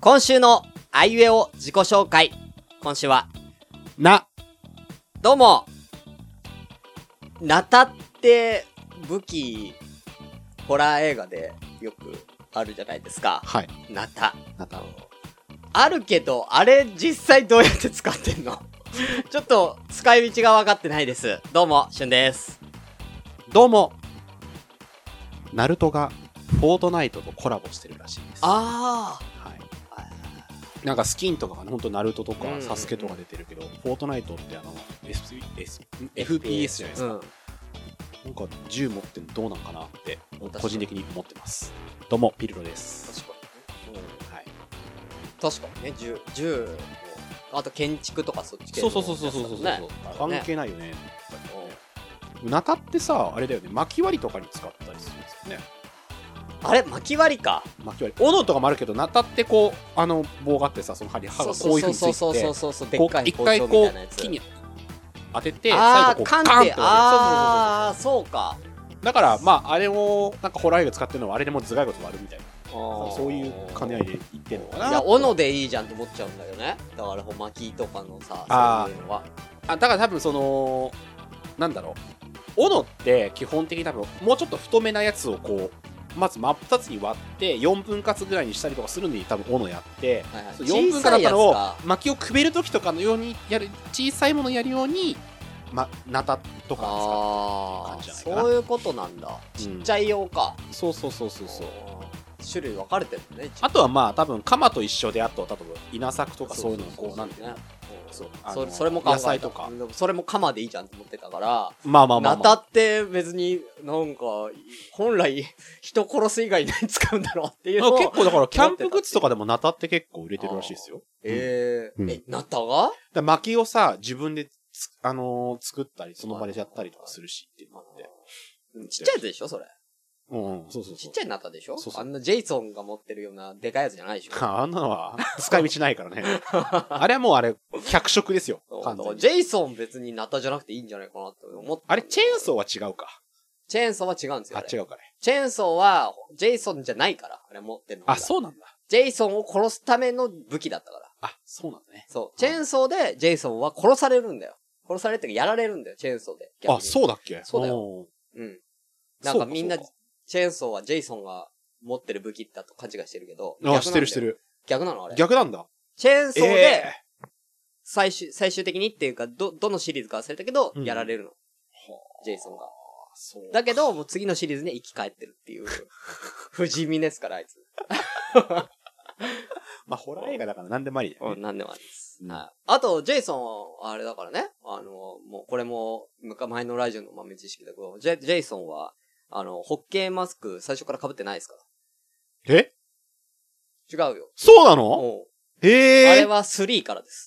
今週のあいうえお自己紹介。今週はどうも、ナタって武器ホラー映画でよくあるじゃないですか。 はい。 ナタナタあるけど、あれ実際どうやって使ってんのちょっと使い道が分かってないです。どうも、しゅんです。 どうも、ナルトがフォートナイトとコラボしてるらしいです。 あはい。なんかスキンとかがね、ほんとナルトとかサスケとか出てるけど、フォートナイトってFPS じゃないですか。なんか銃持ってんのどうなんかなって個人的に思ってます。どうもピルロです。 確かに、はい、確かにね、銃あと建築とかそっち系の、 そう関係ないよね。ナタってさ、あれだよね、巻き割りとかに使ったりするんですよね。 あれ巻き割りか。 巻き割り。斧とかもあるけど、ナタってこう棒があってさ、その刃がこういう風について、一回こう木に当てて、最後こうカンって。 ああ、そうか。 だからまああれをなんかホラー映画使ってるのはあれでも頭蓋骨割るみたいな。そういう兼ね合いで言ってんのかな。 いや、斧でいいじゃんと思っちゃうんだよね。だから巻きとかのさ、そういうのは。 だから多分そのなんだろう。斧って基本的に多分もうちょっと太めなやつをこうまず真っ二つに割って4分割ぐらいにしたりとかするのに多分斧やって、4分割だったのを薪をくべる時とかのようにやる、小さいものやるようにナタとか使ってる感じじゃないかな。 そういうことなんだ。ちっちゃい用か。 そう種類分かれてるね。 あとはまあ多分鎌と一緒で、あと多分稲作とかそういうのをこうなんていうの、 それも考えた。 野菜とかそれも鎌でいいじゃんと思ってたから、 まあナタって別になんか本来人殺す以外に何使うんだろうっていうのを結構だからキャンプグッズとかでもナタって結構売れてるらしいですよ。 ナタが薪をさ自分で作ったりその場でやったりとかするしっていうのってちっちゃいやつでしょそれ。 そうちっちゃいナタでしょ。あんなジェイソンが持ってるようなでかいやつじゃないでしょ。 あんなのは使い道ないからね。あれはもう脚色ですよ。 ジェイソン別にナタじゃなくていいんじゃないかなって思って。 あれチェーンソーは違うか。 チェーンソーは違うんですよ。 違うかね。 チェーンソーはジェイソンじゃないから、あれ持ってるの。 そうなんだ。 ジェイソンを殺すための武器だったから。 そうなんだね。 そう。チェーンソーでジェイソンは殺されるんだよ。殺されるってやられるんだよ、チェーンソーで。 そうだっけ。 そうだよ。なんかみんな、チェーンソーはジェイソンが持ってる武器だと勘違いしてるけど。 してる。 逆なのあれ。 逆なんだ。 チェーンソーで、最終的にっていうか、どのシリーズか忘れたけど、やられるの。ジェイソンが。だけど、もう次のシリーズに生き返ってるっていう。不死身ですから、あいつ。 まあ、ホラー映画だから何でもありだよね。 何でもありです。あと、ジェイソンは、あれだからね。もう、これも、前のラジオの豆知識だけど、ジェイソンは、ホッケーマスク最初から被ってないですから。違うよ。 そうなの？ あれは3からです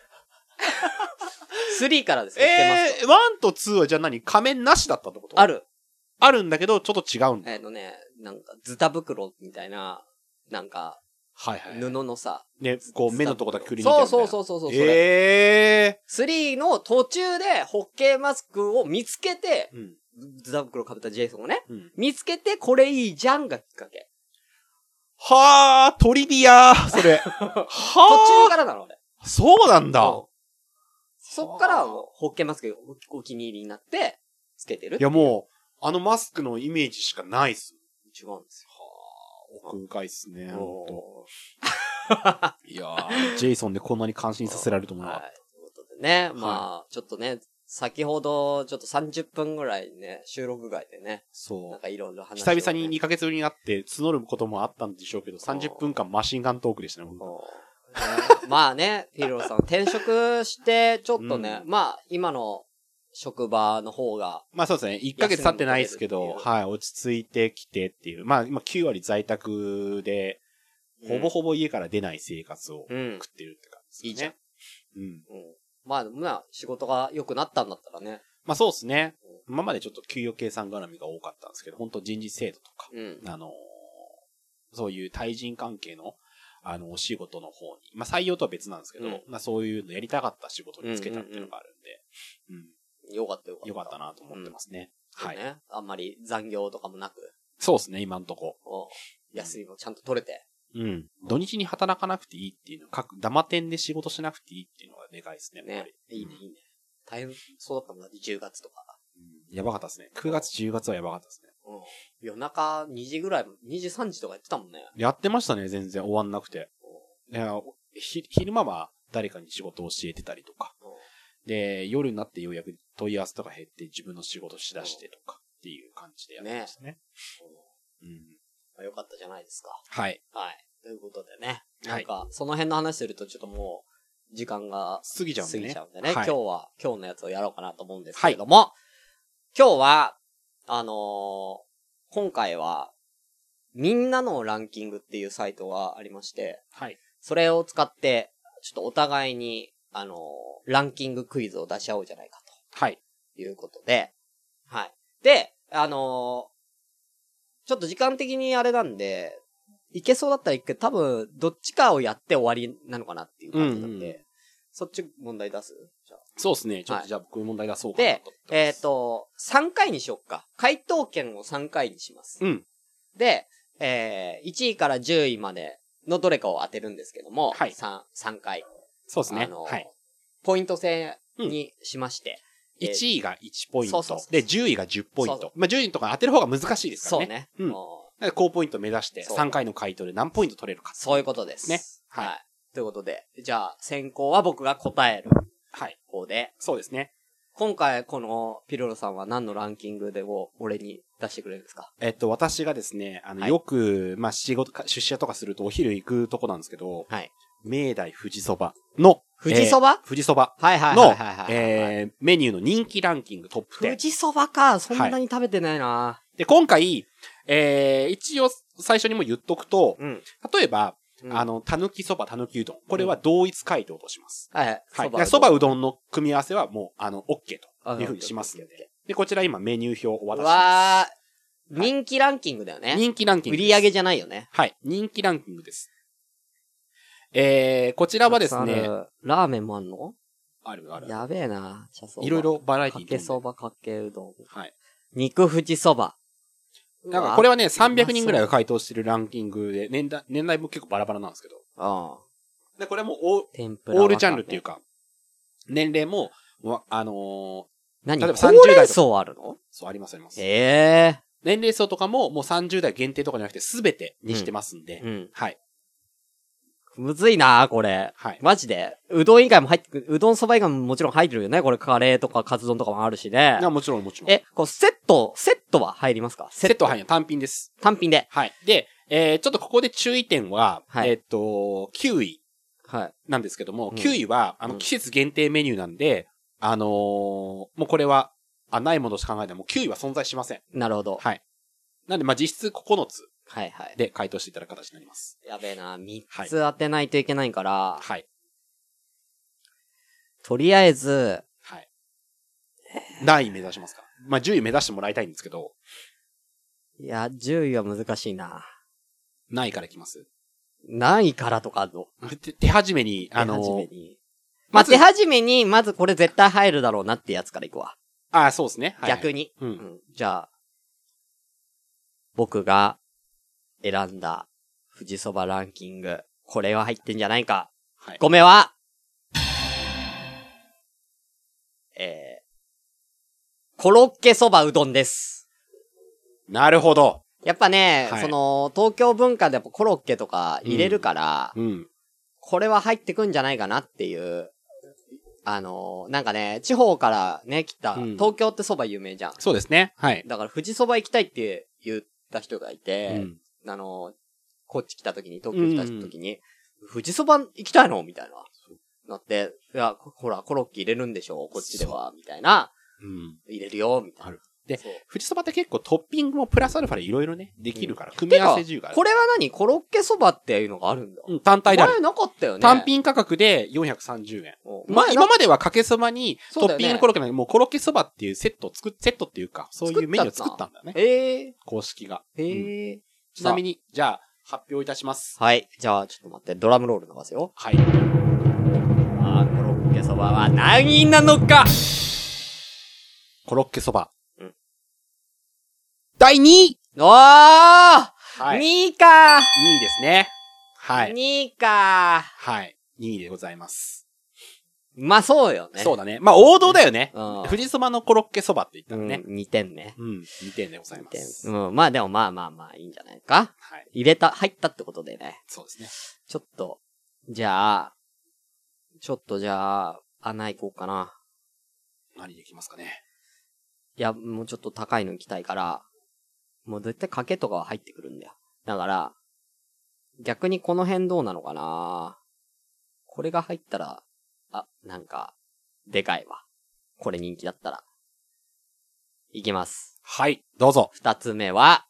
。3からです。 1と2はじゃあ仮面なしだったってこと？ あるんだけど、ちょっと違うんだ。 なんか、ズタ袋みたいな、なんか、布のさ。 ね、こう、目のとこだけくり抜いてるみたいな。 そう。3の途中で、ホッケーマスクを見つけて、ズタ袋被ったジェイソンをね、見つけて、これいいじゃんがきっかけ。 トリビアそれ。途中からなの、俺。 そうなんだ。 そっから、ホッケーマスクお気に入りになって、つけてる。 いや、もう、マスクのイメージしかないっす。 違うんですよ。 奥深いっすね、ほんと。いやー、ジェイソンでこんなに感心させられると思うな。 ということでね、まあ、ちょっとね、先ほど、ちょっと30分ぐらいね、収録外でね。なんかいろいろ話して、 久々に2ヶ月ぶりに会って募ることもあったんでしょうけど、30分間マシンガントークでしたね、 まあね、ピルロさん、転職して、ちょっとね、まあ、今の職場の方が。 まあそうですね、1ヶ月経ってないですけど、落ち着いてきてっていう。まあ今9割在宅で、ほぼほぼ家から出ない生活を送ってるって感じですね。 いいじゃん。まあ、仕事が良くなったんだったらね。 まあそうですね。今までちょっと給与計算絡みが多かったんですけど、本当人事制度とか、そういう対人関係の、お仕事の方に、まあ採用とは別なんですけど、まあそういうのやりたかった仕事につけたっていうのがあるんで、 よかった。 よかったなと思ってますね。 はい。あんまり残業とかもなく。 そうですね、今んとこ。 休みもちゃんと取れて。 うん。土日に働かなくていいっていうのは、ダマ店で仕事しなくていいっていうのがでかいですね。 ね。いいね、いいね。大変そうだったもんだって、10月とか。 やばかったですね。9月、10月はやばかったですね。 うん。夜中2時ぐらい、2時3時とかやってたもんね。 やってましたね、全然終わんなくて。いや、昼間は誰かに仕事を教えてたりとか。で、夜になってようやく問い合わせとか減って自分の仕事しだしてとかっていう感じでやってましたね。うん。 まあ、よかったじゃないですか。 はい。 はい。ということでね。なんか、その辺の話するとちょっともう、時間が過ぎちゃうんでね。 はい、今日のやつをやろうかなと思うんですけれども、はい、今日は、今回は、みんなのランキングっていうサイトがありまして、 はい。 それを使って、ちょっとお互いに、ランキングクイズを出し合おうじゃないかと。 はい。 いうことで、はい。で、ちょっと時間的にあれなんで、いけそうだったら多分、どっちかをやって終わりなのかなっていう感じなんで、そっち問題出す？じゃあそうですね。ちょっとじゃあ僕問題出そうかなと。 で、3回にしよっか。回答権を3回にします。 うん。 で、1位から10位までのどれかを当てるんですけども、 はい。 3回。 そうですね。はい。 ポイント制にしまして、 1位が1ポイント。 そうで、10位が10ポイント。まあ、10位とか当てる方が難しいですからね。 そうね。うん。高ポイント目指して3回の回答で何ポイント取れるか。 そういうことです。 ね。 はい。ということで、じゃあ、先行は僕が答える。 はい。 方で。 そうですね。 今回、このピロロさんは何のランキングでを俺に出してくれるんですか？ 私がですね、よく、まあ、出社とかするとお昼行くとこなんですけど、 はい。 明大富士そばの、 富士そば？ 富士そばはいはいの、 メニューの人気ランキングトップ10。 富士そばか。そんなに食べてないな。 はい、で、今回、一応最初にも言っとくと、例えば、たぬきそば、たぬきうどん。これは同一回答とします。 はい。 はい。そばうどんの組み合わせはもう、OK というふうにしますので。で、こちら今メニュー表をお渡しします。 人気ランキングだよね。 人気ランキング。 売り上げじゃないよね。 はい。人気ランキングです。こちらはですね。 ラーメンもあんの？ ある。 やべえな。 いろいろバラエティー。 かけそば、かけうどん。 はい。 肉富士そば。 なんかこれはね、300人ぐらいが回答してるランキングで、年代も結構バラバラなんですけど。で、これはもうオールジャンルっていうか、年齢も、 何？ 例えば 30代層あるの？ そう、あります。 年齢層とかももう30代限定とかじゃなくて全てにしてますんで。はい。 むずいなこれ。 はい。 マジで。うどん以外もうどんそば以外ももちろん入ってるよね。これカレーとかカツ丼とかもあるしね。 いや、もちろん。こうセットは入りますか？ セットは入る。単品です。 単品で。 はい。で、ちょっとここで注意点は、9位。 はい。 なんですけども、9位は、季節限定メニューなんで、もうこれは、ないものしか考えても、9位は存在しません。 なるほど。 はい。なんで、まあ、実質9つ。 はいはい。 で、回答していただく形になります。 やべえな、3つ当てないといけないから。 はい。 とりあえず、 はい。何位目指しますか？まあ、10位目指してもらいたいんですけど。 いや、10位は難しいな。 何位からいきます？ 何位からとかあるの？ 手始めに、 まずこれ絶対入るだろうなってやつからいくわ。 そうですね。 はい、逆に。じゃあ、僕が選んだ富士そばランキング、これは入ってんじゃないか。 はい。 5名は、コロッケそばうどんです。 なるほど。 やっぱね、はい、東京文化でやっぱコロッケとか入れるから、これは入ってくんじゃないかなっていう、なんかね、地方からね、来た、東京ってそば有名じゃん。 そうですね。はい。 だから富士そば行きたいって言った人がいて、こっち来た時に、東京来た時に、富士そば行きたいのみたいな。なって、いや、ほら、コロッケ入れるんでしょこっちではみたいな。入れるよみたいな。 で、富士そばって結構トッピングもプラスアルファでいろいろね、できるから、組み合わせ自由がある。 これは何？コロッケそばっていうのがあるんだ。 単体である。 前なかったよね。 単品価格で430円。今まではかけそばにトッピングのコロッケなんで、もうコロッケそばっていうセットっていうか、そういうメニューを作ったんだね。公式が。ちなみに、じゃあ、発表いたします。 はい。じゃあ、ちょっと待って、ドラムロール流すよ。 はい。 コロッケそばは何位なのか？ コロッケそば。第2位おー、はい、2位か 2位ですね。 はい。 2位か。 はい。2位でございます。 まあそうよね。 そうだね。まあ王道だよね。 うん。 富士そばのコロッケそばって言ったらね。 2点ね。 2点でございます。 うん。まあでもまあいいんじゃないか。はい。入ったってことでね。 そうですね。 ちょっと、じゃあ、穴行こうかな。 何できますかね。 いや、もうちょっと高いの行きたいから、もう絶対賭けとかは入ってくるんだよ。だから、逆にこの辺どうなのかな。これが入ったら、なんか、でかいわ。これ人気だったら。いきます。 はい、どうぞ。 2つ目は、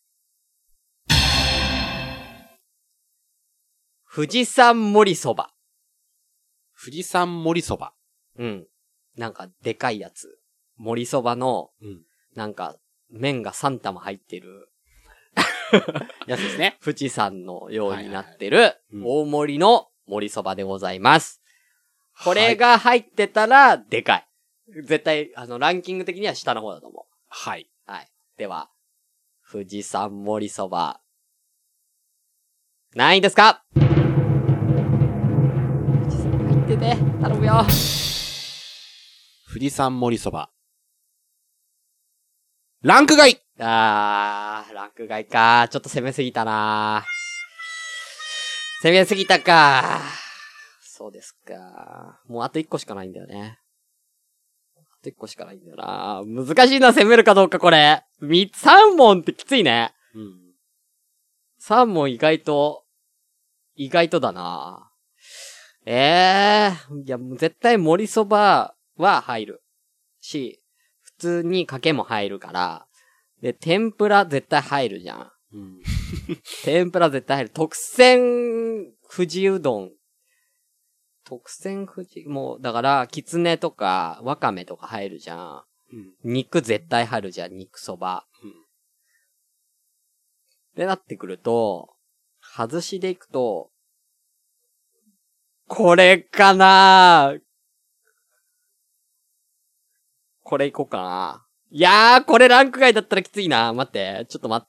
富士山盛りそば。 富士山盛りそば。 うん。なんか、でかいやつ。盛りそばの、なんか、麺が3玉入ってる。 やつですね。 富士山のようになってる、大盛りの盛りそばでございます。これが入ってたら、でかい。絶対、ランキング的には下の方だと思う。 はい。 はい。では、富士山盛りそば。何位ですか？富士山入ってて、頼むよ。 富士山盛りそば。ランク外！ ランク外か。ちょっと攻めすぎたな。攻めすぎたか。そうですか。もうあと1個しかないんだよね。あと1個しかないんだよな。難しいな、攻めるかどうかこれ。3問ってきついね。3問意外とだな。いや、もう絶対盛りそばは入る。し、普通にかけも入るから。で、天ぷら絶対入るじゃん。天ぷら絶対入る。特選富士うどん。もう、だから、きつねとか、わかめとか入るじゃん。肉絶対入るじゃん、肉そば。ってなってくると、外しでいくと、これかな？これいこうかな。いやー、これランク外だったらきついな。待って。ちょっと待って。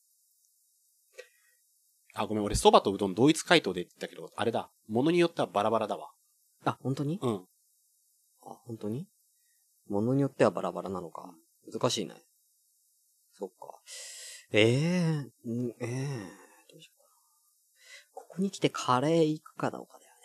ごめん、俺、蕎麦とうどん同一回答で言ったけど、あれだ。ものによってはバラバラだわ。 本当に？ 本当に？ものによってはバラバラなのか。難しいね。そっか。どうしようかな。ここに来てカレー行くかどうかだよね。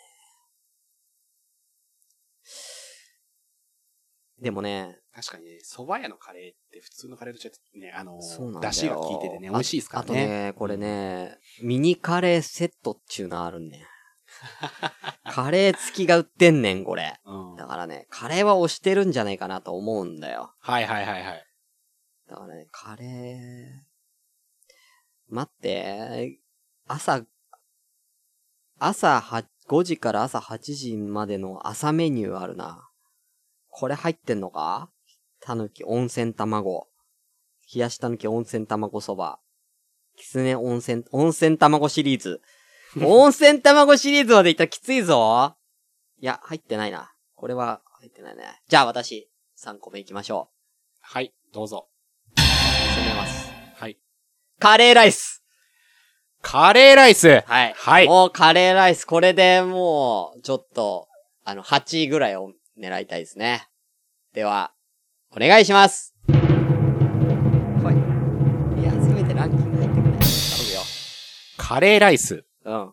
でもね。 確かにね、蕎麦屋のカレーって普通のカレーと違ってね、 そうなんだよ。 出汁が効いててね、美味しいですからね。 あとね、これね、ミニカレーセットっていうのあるんね。カレー付きが売ってんねん、これ。だからね、カレーは推してるんじゃないかなと思うんだよ。 はい。だからね、カレー、待って、朝5時から朝8時までの朝メニューあるな。これ入ってんのか？たぬき温泉卵。冷やしたぬき温泉卵そば。きつね温泉卵シリーズ。温泉卵シリーズまでいったらきついぞ。いや、入ってないな。これは入ってないね。じゃあ私、3個目行きましょう。 はい、どうぞ。 攻めます。 はい。 カレーライス。 はい。 もうカレーライス。これでもう、ちょっと、8位ぐらいを狙いたいですね。では、お願いします。はい。いや、せめてランキング入ってくれ。頼むよ。 カレーライス。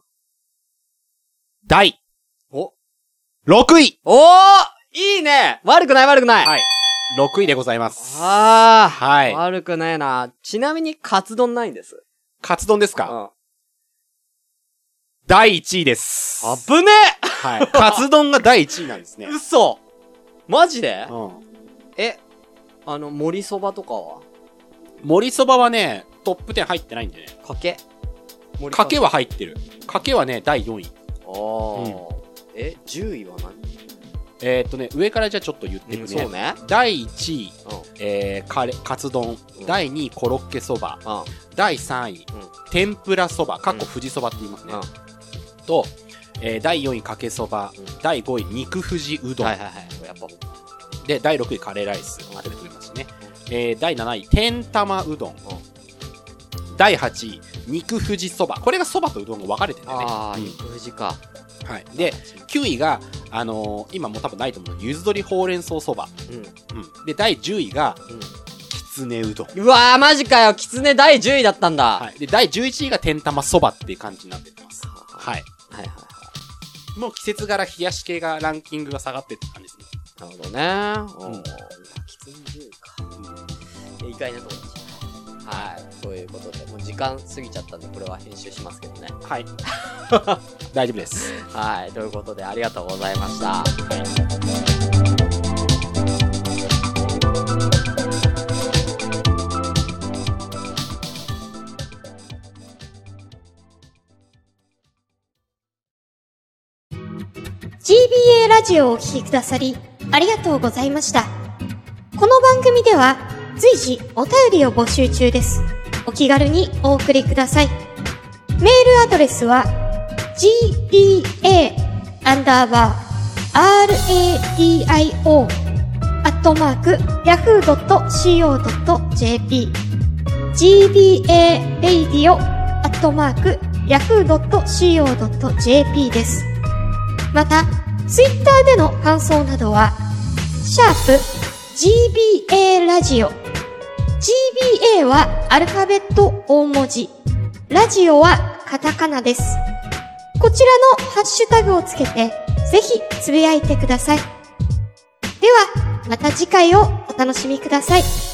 第 6位。 いいね。悪くない。はい。 6位でございます。 はい。悪くないな。ちなみに、カツ丼ないんです。 カツ丼ですか？第1位です。 危ねえ！ はい。カツ丼が第1位なんですね。 嘘！マジで？盛りそばとかは？ 盛りそばはね、トップ10入ってないんでね。かけは入ってる。かけはね、第4位。 10位は何？ 上からじゃあちょっと言ってくね。 そうね。 第1位、カツ丼。第2位、コロッケそば。第3位、天ぷらそば。富士そばって言いますね。と、第4位、かけそば。第5位、肉富士うどん。で、第6位、カレーライス。出てくれましたね。第7位、天玉うどん。第8位、 肉富士そば。これがそばとうどんが分かれてるんだよね。 ああ、肉富士か。 はい。で、9位が、今もう多分ないと思う。ゆず鶏ほうれん草そば。で、第10位が、きつねうどん。 うわー、マジかよ。きつね第10位だったんだ。 はい。で、第11位が天玉そばっていう感じになってます。はい。もう季節柄冷やし系がランキングが下がってって感じですね。 なるほどね。きつね10位か。意外なところです。はい。ということで、もう時間過ぎちゃったんで、これは編集しますけどね。 はい。大丈夫です。 はい。ということで、ありがとうございました。はい。 GBA ラジオをお聴きくださり、ありがとうございました。この番組では、随時お便りを募集中です。お気軽にお送りください。メールアドレスは、gba_radio@yahoo.co.jp gba_radio@yahoo.co.jp です。また、ツイッターでの感想などは、#GBA ラジオ。GBA はアルファベット大文字。ラジオはカタカナです。こちらのハッシュタグをつけて、ぜひつぶやいてください。では、また次回をお楽しみください。